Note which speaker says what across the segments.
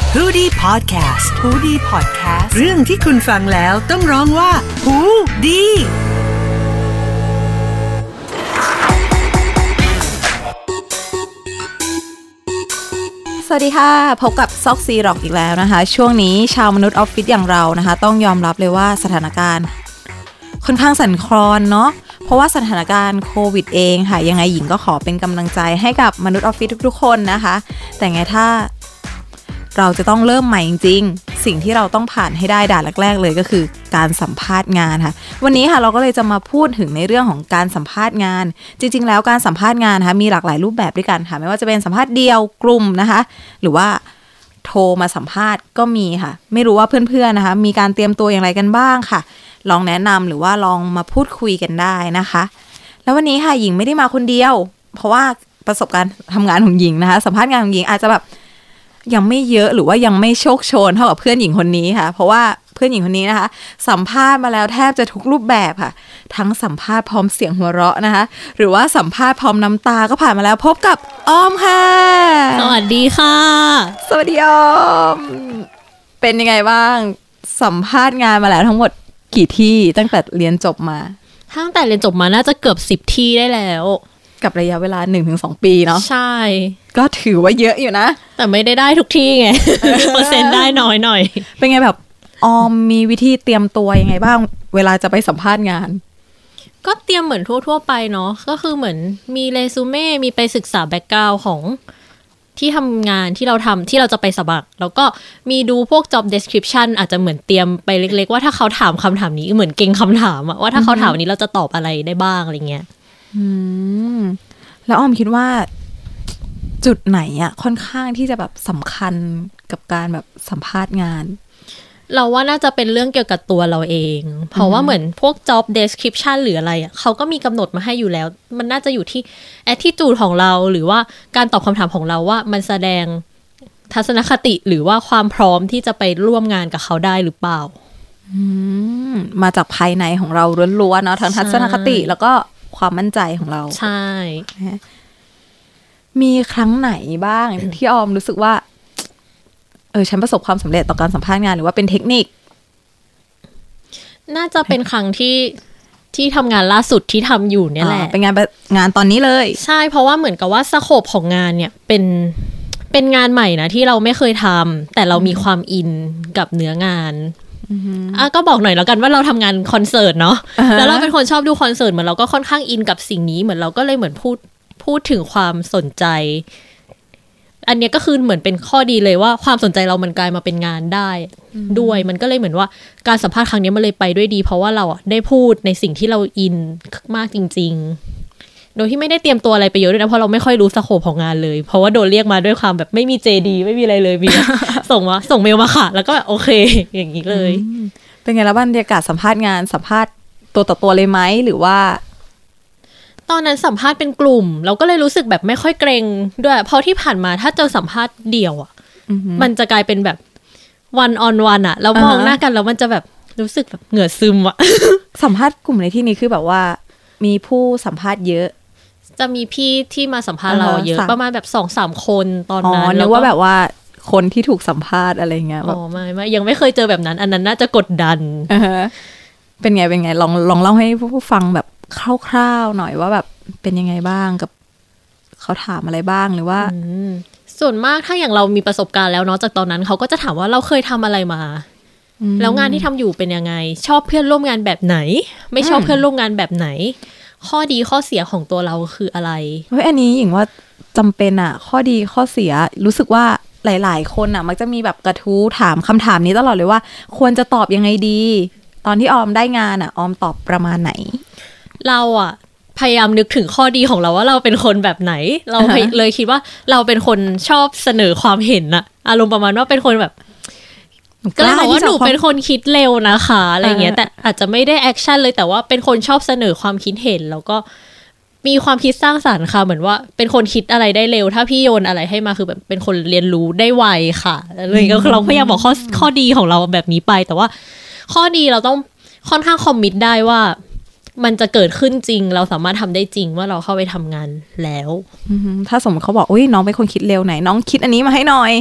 Speaker 1: ฮูดี้พอดแคสต์ฮูดี้พอดแคสต์เรื่องที่คุณฟังแล้วต้องร้องว่าฮูดี
Speaker 2: สวัสดีค่ะพบกับซอกซีร็อกอีกแล้วนะคะช่วงนี้ชาวมนุษย์ออฟฟิศอย่างเรานะคะต้องยอมรับเลยว่าสถานการณ์ค่อนข้างสั่นคลอนเนาะเพราะว่าสถานการณ์โควิดเองค่ะยังไงหญิงก็ขอเป็นกำลังใจให้กับมนุษย์ออฟฟิศทุกๆคนนะคะแต่ไงถ้าเราจะต้องเริ่มใหม่จริงๆสิ่งที่เราต้องผ่านให้ได้ด่านแรกๆเลยก็คือการสัมภาษณ์งานค่ะวันนี้ค่ะเราก็เลยจะมาพูดถึงในเรื่องของการสัมภาษณ์งานจริงๆแล้วการสัมภาษณ์งานนะคะมีหลากหลายรูปแบบด้วยกันค่ะไม่ว่าจะเป็นสัมภาษณ์เดี่ยวกลุ่มนะคะหรือว่าโทรมาสัมภาษณ์ก็มีค่ะไม่รู้ว่าเพื่อนๆนะคะมีการเตรียมตัวอย่างไรกันบ้างค่ะลองแนะนำหรือว่าลองมาพูดคุยกันได้นะคะแล้ววันนี้ค่ะหญิงไม่ได้มาคนเดียวเพราะว่าประสบการณ์ทำงานของหญิงนะคะสัมภาษณ์งานของหญิงอาจจะแบบยังไม่เยอะหรือว่ายังไม่โชคโชนเท่ากับเพื่อนหญิงคนนี้ค่ะเพราะว่าเพื่อนหญิงคนนี้นะคะสัมภาษณ์มาแล้วแทบจะทุกรูปแบบค่ะทั้งสัมภาษณ์พร้อมเสียงหัวเราะนะคะหรือว่าสัมภาษณ์พร้อมน้ำตาก็ผ่านมาแล้วพบกับอ้อมค่ะ
Speaker 3: สวัสดีค่ะ
Speaker 2: สวัสดีอ้อมเป็นยังไงบ้างสัมภาษณ์งานมาแล้วทั้งหมดกี่ที่ตั้งแต่เรียนจบมา
Speaker 3: ตั้งแต่เรียนจบมาน่าจะเกือบ10ที่ได้แล้ว
Speaker 2: กับระยะเวลา 1-2 ปีเนาะ
Speaker 3: ใช่
Speaker 2: ก็ถือว่าเยอะอยู่นะ
Speaker 3: แต่ไม่ได้ทุกที่ไง เปอร์เซ็นต์ได้น้อยหน่อย
Speaker 2: เป็นไงแบบออมมีวิธีเตรียมตัวยังไงบ้างเวลาจะไปสัมภาษณ์งาน
Speaker 3: ก็เตรียมเหมือนทั่วๆไปเนาะก็คือเหมือนมีเรซูเม่มีไปศึกษาแบ็คกราวด์ของที่ทำงานที่เราทำที่เราจะไปสมัครแล้วก็มีดูพวก job description อาจจะเหมือนเตรียมไปเล็กๆว่าถ้าเขาถามคำถามนี้เหมือนเก่งคำถามอะว่าถ้าเขาถามวันนี้เราจะตอบอะไรได้บ้างอะไรเงี้ย
Speaker 2: แล้วอ้อมคิดว่าจุดไหนอะค่อนข้างที่จะแบบสำคัญกับการแบบสัมภาษณ์งาน
Speaker 3: เราว่าน่าจะเป็นเรื่องเกี่ยวกับตัวเราเองเพราะว่าเหมือนพวก job description หรืออะไรอ่ะเขาก็มีกำหนดมาให้อยู่แล้วมันน่าจะอยู่ที่ attitude ของเราหรือว่าการตอบคำถามของเราว่ามันแสดงทัศนคติหรือว่าความพร้อมที่จะไปร่วมงานกับเขาได้หรือเปล่า
Speaker 2: มาจากภายในของเราล้วนๆเนาะทั้งทัศนคติแล้วก็ความมั่นใจของเรา
Speaker 3: ใช่
Speaker 2: มีครั้งไหนบ้าง ที่ออมรู้สึกว่าฉันประสบความสำเร็จต่อการสัมภาษณ์งานหรือว่าเป็นเทคนิค
Speaker 3: น่าจะเป็นครั้งที่ทำงานล่าสุดที่ทำอยู่เนี่ยแหละ
Speaker 2: เป็นงานตอนนี้เลย
Speaker 3: ใช่เพราะว่าเหมือนกับว่าสโคปของงานเนี่ยเป็นงานใหม่นะที่เราไม่เคยทำแต่เรามีความอินกับเนื้องานก็บอกหน่อยแล้วกันว่าเราทำงานคอนเสิร์ตเนาะแล้วเราเป็นคนชอบดูคอนเสิร์ตเหมือนเราก็ค่อนข้างอินกับสิ่งนี้เหมือนเราก็เลยเหมือนพูดถึงความสนใจอันนี้ก็คือเหมือนเป็นข้อดีเลยว่าความสนใจเรามันกลายมาเป็นงานได้ด้วยมันก็เลยเหมือนว่าการสัมภาษณ์ครั้งนี้มันเลยไปด้วยดีเพราะว่าเราได้พูดในสิ่งที่เราอินมากจริงๆโดยที่ไม่ได้เตรียมตัวอะไรไปเยอะด้วยนะเพราะเราไม่ค่อยรู้สโคปของงานเลยเพราะว่าโดนเรียกมาด้วยความแบบไม่มี JD ไม่มีอะไรเลยมี ส่งเมลมาค่ะแล้วก็แบบโอเคอย่างนี้เลย
Speaker 2: เป็นไงแล้วบรรยากาศสัมภาษณ์งานสัมภาษณ์ตัวต่อตัวเลยไหมหรือว่า
Speaker 3: ตอนนั้นสัมภาษณ์เป็นกลุ่มเราก็เลยรู้สึกแบบไม่ค่อยเกรงด้วยเพราะที่ผ่านมาถ้าเจอสัมภาษณ์เดี่ยวอ่ะมันจะกลายเป็นแบบ one on one อ่ะเรามองหน้ากันแล้วมันจะแบบรู้สึกแบบเหงื่อซึมอ่ะ
Speaker 2: สัมภาษณ์กลุ่มในที่นี้คือแบบว่ามีผู้สัมภาษณ์เยอะ
Speaker 3: จะมีพี่ที่มาสัมภาษณ์เราเยอะประมาณแบบ 2-3 คนตอนนั้น
Speaker 2: นึกว่าแบบว่าคนที่ถูกสัมภาษณ์อะไรเงี้ย
Speaker 3: ไม่ยังไม่เคยเจอแบบนั้นอันนั้นน่าจะกดดัน
Speaker 2: เป็นไงลองเล่าให้ผู้ฟังแบบคร่าวๆหน่อยว่าแบบเป็นยังไงบ้างกับเขาถามอะไรบ้างหรือว่า
Speaker 3: ส่วนมากถ้าอย่างเรามีประสบการณ์แล้วเนาะจากตอนนั้นเขาก็จะถามว่าเราเคยทำอะไรมาแล้วงานที่ทำอยู่เป็นยังไงชอบเพื่อนร่วมงานแบบไหนไม่ชอบเพื่อนร่วมงานแบบไหนข้อดีข้อเสียของตัวเราคืออะไร
Speaker 2: อันนี้หญิงว่าจำเป็นอะข้อดีข้อเสียรู้สึกว่าหลายๆคนอะมักจะมีแบบกระทู้ถามคำถามนี้ตลอดเลยว่าควรจะตอบยังไงดีตอนที่ออมได้งานอะออมตอบประมาณไหน
Speaker 3: เราอะพยายามนึกถึงข้อดีของเราว่าเราเป็นคนแบบไหนเราเลยคิดว่าเราเป็นคนชอบเสนอความเห็นอะอารมณ์ประมาณว่าเป็นคนแบบก็เลยบอกว่าหนูเป็นคนคิดเร็วนะคะอะไรเงี้ยแต่อาจจะไม่ได้แอคชั่นเลยแต่ว่าเป็นคนชอบเสนอความคิดเห็นแล้วก็มีความคิดสร้างสรรค์ค่ะเหมือนว่าเป็นคนคิดอะไรได้เร็วถ้าพี่โยนอะไรให้มาคือแบบเป็นคนเรียนรู้ได้ไวค่ะเลยก็เราพยายามบอกข้อดีของเราแบบนี้ไปแต่ว่าข้อดีเราต้องค่อนข้างคอมมิตได้ว่ามันจะเกิดขึ้นจริงเราสามารถทำได้จริงว่าเราเข้าไปทำงานแล้ว
Speaker 2: ถ้าสมมติเขาบอกน้องเป็นคนคิดเร็วไหนน้องคิดอันนี้มาให้หน่อย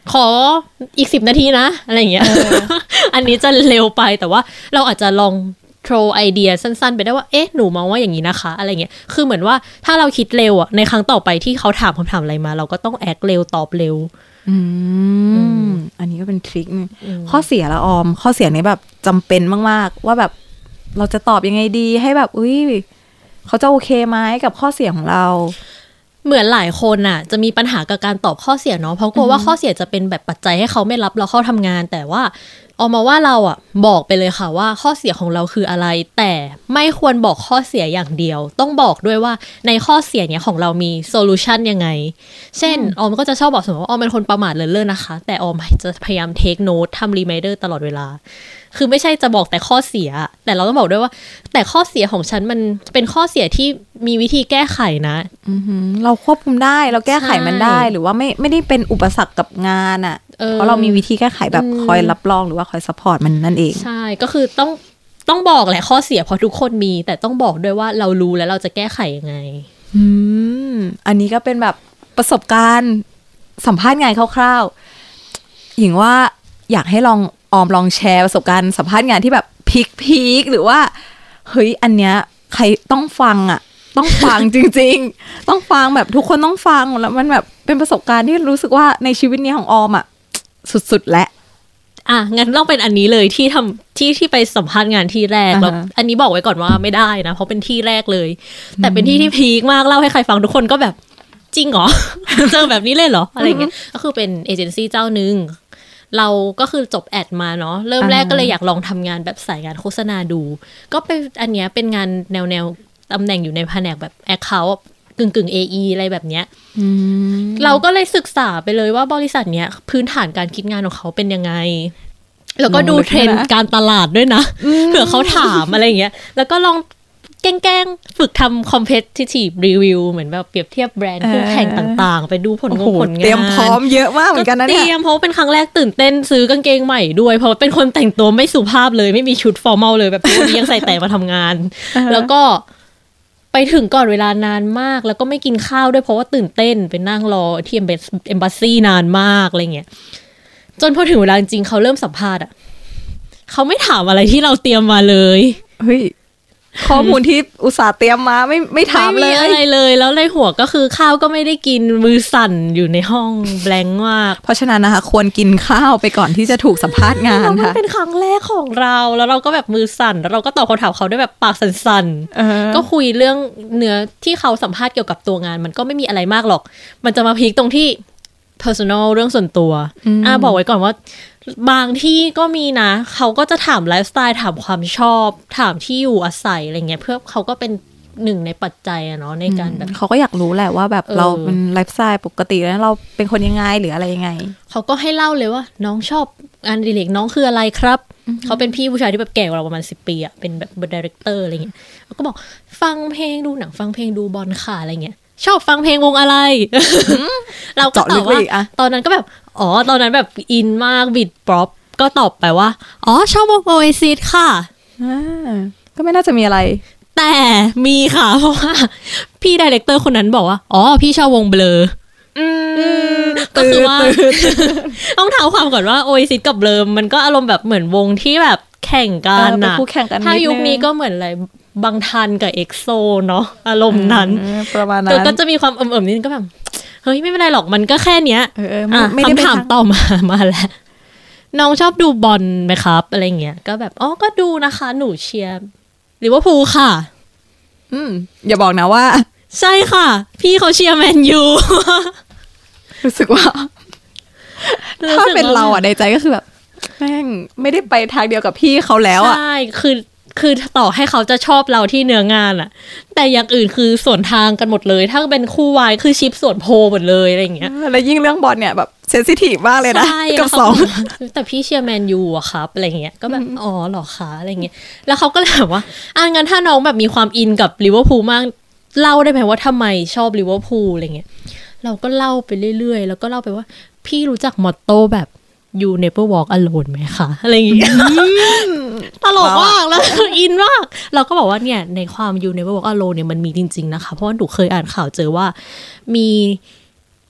Speaker 3: ขออีก10 นาทีนะอะไรอย่างเงี้ย อันนี้จะเร็วไปแต่ว่าเราอาจจะลองโทรไอเดียสั้นๆไปได้ว่าเอ๊ะหนูมองว่าอย่างนี้นะคะอะไรเงี้ยคือเหมือนว่าถ้าเราคิดเร็วอ่ะในครั้งต่อไปที่เขาถามคำถามอะไรมาเราก็ต้องแอคเร็วตอบเร็ว
Speaker 2: อันนี้ก็เป็นทริคข้อเสียละออมข้อเสียนี้แบบจำเป็นมากๆว่าแบบเราจะตอบยังไงดีให้แบบเขาจะโอเคไหมกับข้อเสียของเรา
Speaker 3: เหมือนหลายคนน่ะจะมีปัญหากับการตอบข้อเสียเนาะเพราะกลัวว่าข้อเสียจะเป็นแบบปัจจัยให้เขาไม่รับเราเข้าทำงานแต่ว่าเอามาว่าเราอ่ะบอกไปเลยค่ะว่าข้อเสียของเราคืออะไรแต่ไม่ควรบอกข้อเสียอย่างเดียวต้องบอกด้วยว่าในข้อเสียเนี้ยของเรามีโซลูชันยังไงเช่นออมก็จะชอบบอกเสมอว่าออมเป็นคนประมาทเลินเล่อนะคะแต่ออมจะพยายามเทคโน้ตทำรีมายเดอร์ตลอดเวลาคือไม่ใช่จะบอกแต่ข้อเสียแต่เราต้องบอกด้วยว่าแต่ข้อเสียของฉันมันเป็นข้อเสียที่มีวิธีแก้ไขนะ
Speaker 2: เราควบคุมได้เราแก้ไขมันได้หรือว่าไม่ได้เป็นอุปสรรคกับงานอ่ะเพราะเรามีวิธีแก้ไขแบบคอยรับรองหรือว่าคอยซัพพอร์ตมันนั่นเอง
Speaker 3: ใช่ก็คือต้องบอกแหละข้อเสียเพราะทุกคนมีแต่ต้องบอกด้วยว่าเรารู้แล้วเราจะแก้ไขยังไง
Speaker 2: อันนี้ก็เป็นแบบประสบการณ์สัมภาษณ์งานคร่าวๆหญิงว่าอยากให้ลองแชร์ประสบการณ์สัมภาษณ์งานที่แบบพีคหรือว่าเฮ้ยอันเนี้ยใครต้องฟังอ่ะต้องฟัง จริงๆต้องฟังแบบทุกคนต้องฟังแล้วมันแบบเป็นประสบการณ์ที่รู้สึกว่าในชีวิตนี้ของออมอ่ะสุดๆและ
Speaker 3: งั้นต้องเป็นอันนี้เลยที่ทำที่ไปสัมภาษณ์งานที่แรกแล้วอันนี้บอกไว้ก่อนว่าไม่ได้นะเพราะเป็นที่แรกเลยแต่เป็นที่พีคมากเล่าให้ใครฟังทุกคนก็แบบจริงเหรอ เจอแบบนี้เลยเหรออะไรเงี้ยก็คือเป็นเอเจนซี่เจ้านึงเราก็คือจบแอดมาเนาะเริ่มแรกก็เลยอยากลองทำงานแบบสายงานโฆษณาดูก็เป็นอันเนี้ยเป็นงานแนวตำแหน่งอยู่ในแผนกแบบแอคเคาท์กึ่ง AE อะไรแบบเนี้ยเราก็เลยศึกษาไปเลยว่าบริษัทเนี้ยพื้นฐานการคิดงานของเขาเป็นยังไงแล้วก็ดูเทรนด์การตลาดด้วยนะเผื่อเขาถามอะไรอย่างเงี้ยแล้วก็ลองแกล้งฝึกทำ competitive review เหมือนแบบเปรียบเทียบแบรนด์คู่แข่งต่างๆไปดูผลงาน
Speaker 2: เตรียมพร้อมเยอะมากเหมือนกันนะเนี่ย
Speaker 3: เตรียมเพราะเป็นครั้งแรกตื่นเต้นซื้อกางเกงใหม่ด้วยเพราะเป็นคนแต่งตัวไม่สุภาพเลยไม่มีชุดฟอร์มัลเลยแบบวันนี้ยังใส่แต่มาทำงานแล้วก็ไปถึงก่อนเวลานานมากแล้วก็ไม่กินข้าวด้วยเพราะว่าตื่นเต้นไปนั่งรอที่เอมบาซีนานมากอะไรเงี้ยจนพอถึงเวลาจริงเขาเริ่มสัมภาษณ์อ่ะเขาไม่ถามอะไรที่เราเตรียมมาเลย
Speaker 2: เฮ้ยข้อมูลที่อุตส่าห์เตรียมมาไม่ถามเลย
Speaker 3: ไม่มีอะไรเลยแล้วในหัวก็คือข้าวก็ไม่ได้กินมือสั่นอยู่ในห้องแบงค์มาก
Speaker 2: เพราะฉะนั้นนะคะควรกินข้าวไปก่อนที่จะถูกสัมภาษณ์งานค่ะ
Speaker 3: เป็นครั้งแรกของเราแล้วเราก็แบบมือสั่นแล้วเราก็ตอบคำถามเขาด้วยแบบปากสั่นๆก็คุยเรื่องเนื้อที่เขาสัมภาษณ์เกี่ยวกับตัวงานมันก็ไม่มีอะไรมากหรอกมันจะมาพีคตรงที่ personal เรื่องส่วนตัวบอกไว้ก่อนว่าบางที่ก็มีนะเขาก็จะถามไลฟ์สไตล์ถามความชอบถามที่อยู่อาศัยอะไรเงี้ยเพื่อเขาก็เป็นหนึ่งในปัจจัยอะเนาะในการแบบ
Speaker 2: เขาก็อยากรู้แหละว่าแบบเราเป็นไลฟ์สไตล์ปกติแล้วเราเป็นคนยังไงหรืออะไรยังไง
Speaker 3: เขาก็ให้เล่าเลยว่าน้องชอบงานอดิเรกน้องคืออะไรครับเขาเป็นพี่ผู้ชายที่แบบแก่กว่าเราประมาณ10 ปีอะเป็นแบบดีเรคเตอร์อะไรเงี้ยเขาก็บอกฟังเพลงดูหนังฟังเพลงดูบอลค่ะอะไรเงี้ยชอบฟังเพลงวงอะไร เราก็ตอบว่าตอนนั้นก็แบบตอนนั้นแบบอินมากบิดป๊อปก็ตอบไปว่าชอบวง Oasis ค่ะ
Speaker 2: ก็ไม่น่าจะมีอะไร
Speaker 3: แต่มีค่ะเพราะว่าพี่ไดเรคเตอร์คนนั้นบอกว่าพี่ชอบวงเบลอก็คือว่าต้องเท้าความก่อนว่า Oasis กับเบลอมันก็อารมณ์แบบเหมือนวงที่แบบแข่งกันนะถ้ายุคนี้ก็เหมือนอะไรบางทันกับเอ็กโซเนาะอารมณ์นั้น
Speaker 2: ประมาณนั้น
Speaker 3: ก็จะมีความนิดนึงก็แบบเฮ้ยไม่เป็นไรหรอกมันก็แค่เนี้ยคำถามต่อมาแล้วน้องชอบดูบอลไหมครับอะไรเงี้ยก็แบบก็ดูนะคะหนูเชียร์ลิเวอร์พูลค่ะ
Speaker 2: อย่าบอกนะว่า
Speaker 3: ใช่ค่ะพี่เขาเชียร์แมนยู
Speaker 2: รู้สึกว่าถ้าเป็นเราอ่ะในใจก็คือแบบแม่งไม่ได้ไปทางเดียวกับพี่เขาแล้วอ่ะ
Speaker 3: ใช่คือต่อให้เขาจะชอบเราที่เนื้องานอะแต่อย่างอื่นคือส่วนทางกันหมดเลยถ้าเป็นคู่วายคือชิปส่วนโพหมดเลยอะไรอย่างเงี้ย
Speaker 2: แล้วยิ่งเรื่องบอลเนี่ยแบบเซนซิทีฟมากเลยนะกับสอง
Speaker 3: แต่พี่เชียร์แมนยูอะครับอะไรเงี้ยก็แบบหรอคะอะไรเงี้ยแล้วเขาก็เลยแบบว่างั้นถ้าน้องแบบมีความอินกับลิเวอร์พูลมากเล่าได้ไหมว่าทำไมชอบลิเวอร์พูลอะไรเงี้ยเราก็เล่าไปเรื่อยๆแล้วก็เล่าไปว่าพี่รู้จักมอตโต้แบบ You never walk alone ไหมคะอะไรอย่างเงี้ยตลกมากแล้วอินมากเราก็บอกว่าเนี่ยในความ You never walk alone เนี่ยมันมีจริงๆนะคะเพราะว่าหนูเคยอ่านข่าวเจอว่ามี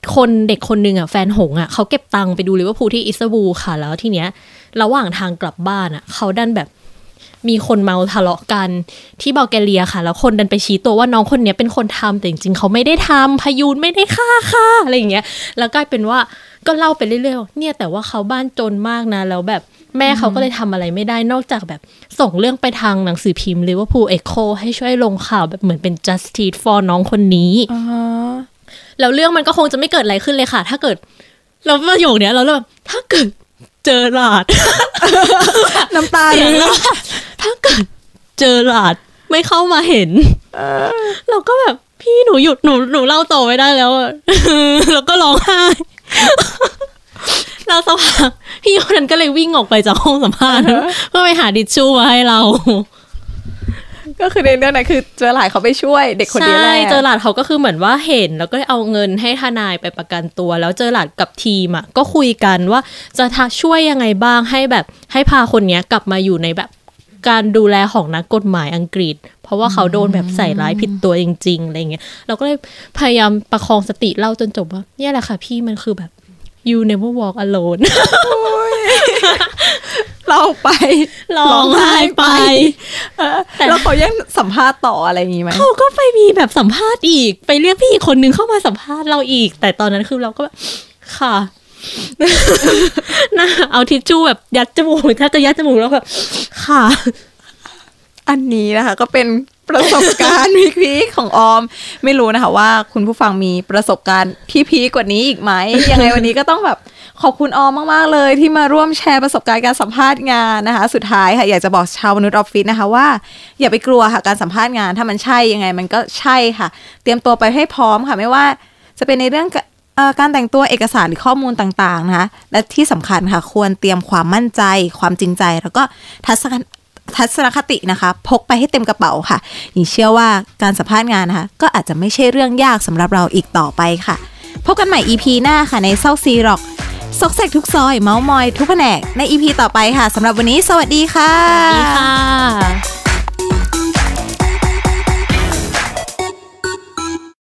Speaker 3: เด็กคนนึงอ่ะแฟนหงอ่ะเขาเก็บตังค์ไปดูลิเวอร์พูลที่อิสตันบูลค่ะแล้วทีเนี้ยระหว่างทางกลับบ้านอ่ะเขาดันแบบมีคนเมาทะเลาะกันที่บัลแกเรียค่ะแล้วคนดันไปชี้ตัวว่าน้องคนนี้เป็นคนทำแต่จริงๆเขาไม่ได้ทำพยูนไม่ได้ฆ่าค่ะอะไรอย่างเงี้ยแล้วกลายเป็นว่าก็เล่าไปเรื่อยๆเนี่ยแต่ว่าเขาบ้านจนมากนะแล้วแบบแม่เขาก็เลยทำอะไรไม่ได้นอกจากแบบส่งเรื่องไปทางหนังสือพิมพ์ Liverpool Echo ให้ช่วยลงข่าวแบบเหมือนเป็น justice for น้องคนนี้แล้วเรื่องมันก็คงจะไม่เกิดอะไรขึ้นเลยค่ะถ้าเกิดเราประโยคเนี้ยเราเริ่มถ้าเกิดเจอหลาด
Speaker 2: น้ำตาเลย
Speaker 3: ถ้าเกิดเจอหลาดไม่เข้ามาเห็นเราก็แบบพี่หนูหยุดหนูเล่าต่อไม่ได้แล้วแล้วก็ร้องไห้เราสักพักพี่คนนั้นก็เลยวิ่งออกไปจากห้องสัมภาษณ์เพื่อไปหาทิชชู่มาให้เรา
Speaker 2: ก็คือในเรื่องนั้นคือเจอหลาดเขาไปช่วยเด็กคนนี้แหละ
Speaker 3: ใช่เจอหลาดเขาก็คือเหมือนว่าเห็นแล้วก็เอาเงินให้ทนายไปประกันตัวแล้วเจอหลาดกับทีมอ่ะก็คุยกันว่าจะช่วยยังไงบ้างให้แบบให้พาคนนี้กลับมาอยู่ในแบบการดูแลของนักกฎหมายอังกฤษเพราะว่าเขาโดนแบบใส่ร้ายผิดตัวจริงๆอะไรเงี้ยเราก็เลยพยายามประคองสติเล่าจนจบว่าเนี่ยแหละค่ะพี่มันคือแบบ you never walk alone
Speaker 2: เล่าไป
Speaker 3: ร้องไห้ไป
Speaker 2: แล้วเขายังสัมภาษณ์ต่ออะไรอย่างงี้ไหม
Speaker 3: เขาก็ไปมีแบบสัมภาษณ์อีกไปเรียกพี่อีกคนนึงเข้ามาสัมภาษณ์เราอีกแต่ตอนนั้นคือเราก็แบบค่ะน่าเอาทิชชู่แบบยัดจมูกถ้าจะยัดจมูกแล้วแบบค่ะ
Speaker 2: อันนี้นะคะก็เป็นประสบการณ์พีคๆของออมไม่รู้นะคะว่าคุณผู้ฟังมีประสบการณ์ที่พีคกว่านี้อีกไหมยังไงวันนี้ก็ต้องแบบขอบคุณออมมากๆเลยที่มาร่วมแชร์ประสบการณ์การสัมภาษณ์งานนะคะสุดท้ายค่ะอยากจะบอกชาวมนุษย์ออฟฟิศนะคะว่าอย่าไปกลัวค่ะการสัมภาษณ์งานถ้ามันใช่ยังไงมันก็ใช่ค่ะเตรียมตัวไปให้พร้อมค่ะไม่ว่าจะเป็นในเรื่องการแต่งตัวเอกสารหรือข้อมูลต่างๆนะคะและที่สำคัญค่ะควรเตรียมความมั่นใจความจริงใจแล้วก็ทัศนคตินะคะพกไปให้เต็มกระเป๋าค่ะหญิงเชื่อว่าการสัมภาษณ์งานนะคะก็อาจจะไม่ใช่เรื่องยากสำหรับเราอีกต่อไปค่ะพบกันใหม่ EP หน้าค่ะในเศร้าซีร็อกซอกแซกทุกซอยเมาส์มอยทุกแผนกใน EP ต่อไปค่ะสำหรับวันนี้สวัสดีค่ะ
Speaker 3: สวัสดีค่ะ